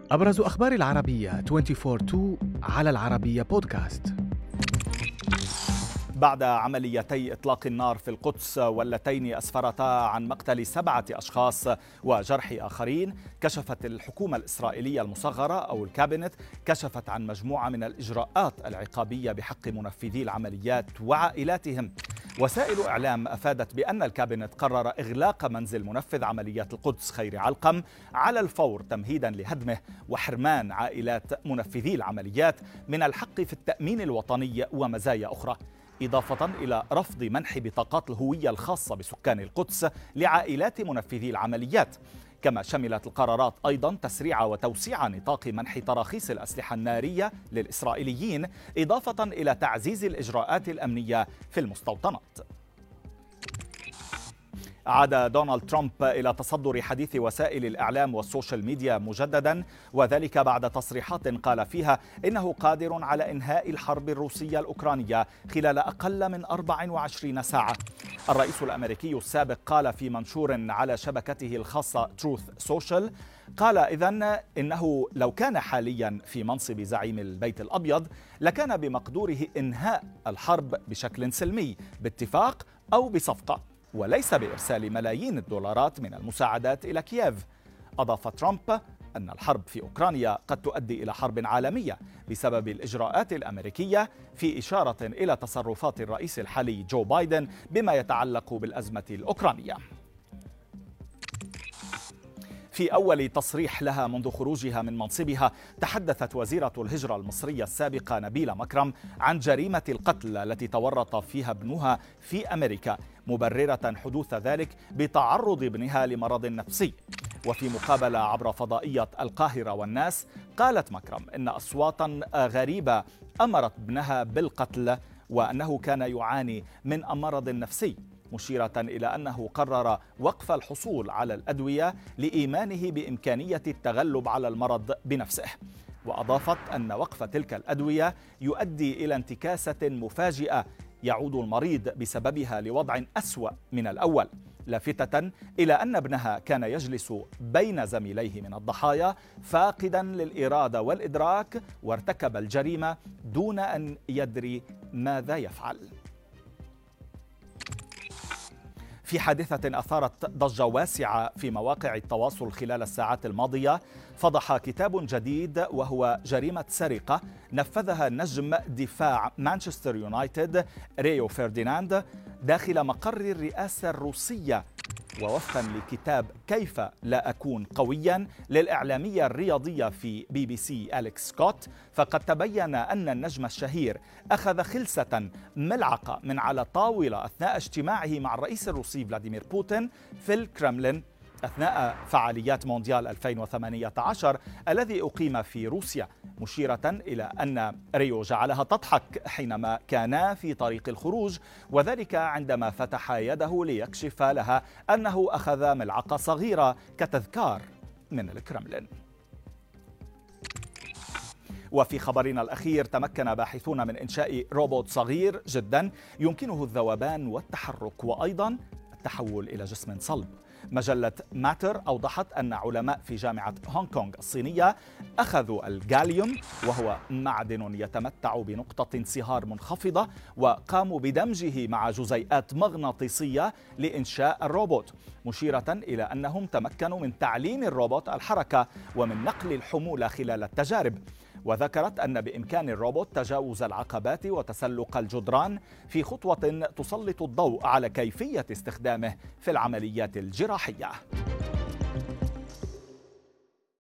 أبرز أخبار العربية 24/2 على العربية بودكاست. بعد عمليتي إطلاق النار في القدس واللتين أسفرتا عن مقتل 7 أشخاص وجرح آخرين، كشفت الحكومة الإسرائيلية المصغرة أو الكابينت كشفت عن مجموعة من الإجراءات العقابية بحق منفذي العمليات وعائلاتهم. وسائل إعلام أفادت بأن الكابينت قرر إغلاق منزل منفذ عمليات القدس خيري علقم على الفور تمهيدا لهدمه وحرمان عائلات منفذي العمليات من الحق في التأمين الوطني ومزايا أخرى، إضافة إلى رفض منح بطاقات الهوية الخاصة بسكان القدس لعائلات منفذي العمليات. كما شملت القرارات أيضا تسريع وتوسيع نطاق منح تراخيص الأسلحة النارية للإسرائيليين، إضافة إلى تعزيز الإجراءات الأمنية في المستوطنات. عاد دونالد ترامب إلى تصدر حديث وسائل الإعلام والسوشيال ميديا مجددا، وذلك بعد تصريحات قال فيها إنه قادر على إنهاء الحرب الروسية الأوكرانية خلال أقل من 24 ساعة. الرئيس الأمريكي السابق قال في منشور على شبكته الخاصة تروث سوشيال، قال إذن إنه لو كان حاليا في منصب زعيم البيت الأبيض لكان بمقدوره إنهاء الحرب بشكل سلمي باتفاق أو بصفقة، وليس بإرسال ملايين الدولارات من المساعدات إلى كييف. أضاف ترامب أن الحرب في أوكرانيا قد تؤدي إلى حرب عالمية بسبب الإجراءات الأمريكية، في إشارة إلى تصرفات الرئيس الحالي جو بايدن بما يتعلق بالأزمة الأوكرانية. في أول تصريح لها منذ خروجها من منصبها، تحدثت وزيرة الهجرة المصرية السابقة نبيلة مكرم عن جريمة القتل التي تورط فيها ابنها في أمريكا، مبررة حدوث ذلك بتعرض ابنها لمرض نفسي. وفي مقابلة عبر فضائية القاهرة والناس، قالت مكرم إن أصواتا غريبة أمرت ابنها بالقتل وأنه كان يعاني من مرض نفسي، مشيرة إلى أنه قرر وقف الحصول على الأدوية لإيمانه بإمكانية التغلب على المرض بنفسه. وأضافت أن وقف تلك الأدوية يؤدي إلى انتكاسة مفاجئة يعود المريض بسببها لوضع أسوأ من الأول، لافتة إلى أن ابنها كان يجلس بين زميليه من الضحايا فاقدا للإرادة والإدراك، وارتكب الجريمة دون أن يدري ماذا يفعل. في حادثة أثارت ضجة واسعة في مواقع التواصل خلال الساعات الماضية، فضح كتاب جديد وهو جريمة سرقة نفذها نجم دفاع مانشستر يونايتد ريو فرديناند داخل مقر الرئاسة الروسية. ووفقا لكتاب كيف لا أكون قويا للإعلامية الرياضية في BBC أليكس سكوت، فقد تبين أن النجم الشهير أخذ خلسة ملعقة من على طاولة أثناء اجتماعه مع الرئيس الروسي فلاديمير بوتين في الكرملين أثناء فعاليات مونديال 2018 الذي أقيم في روسيا، مشيرة إلى أن ريو جعلها تضحك حينما كانا في طريق الخروج، وذلك عندما فتح يده ليكشف لها أنه أخذ ملعقة صغيرة كتذكار من الكرملين. وفي خبرنا الأخير، تمكن باحثون من إنشاء روبوت صغير جدا يمكنه الذوبان والتحرك وأيضا التحول إلى جسم صلب. مجلة ماتر أوضحت أن علماء في جامعة هونغ كونغ الصينية أخذوا الجاليوم، وهو معدن يتمتع بنقطة انصهار منخفضة، وقاموا بدمجه مع جزيئات مغناطيسية لإنشاء الروبوت، مشيرة إلى أنهم تمكنوا من تعليم الروبوت الحركة ومن نقل الحمولة خلال التجارب. وذكرت أن بإمكان الروبوت تجاوز العقبات وتسلق الجدران في خطوة تسلط الضوء على كيفية استخدامه في العمليات الجراحية.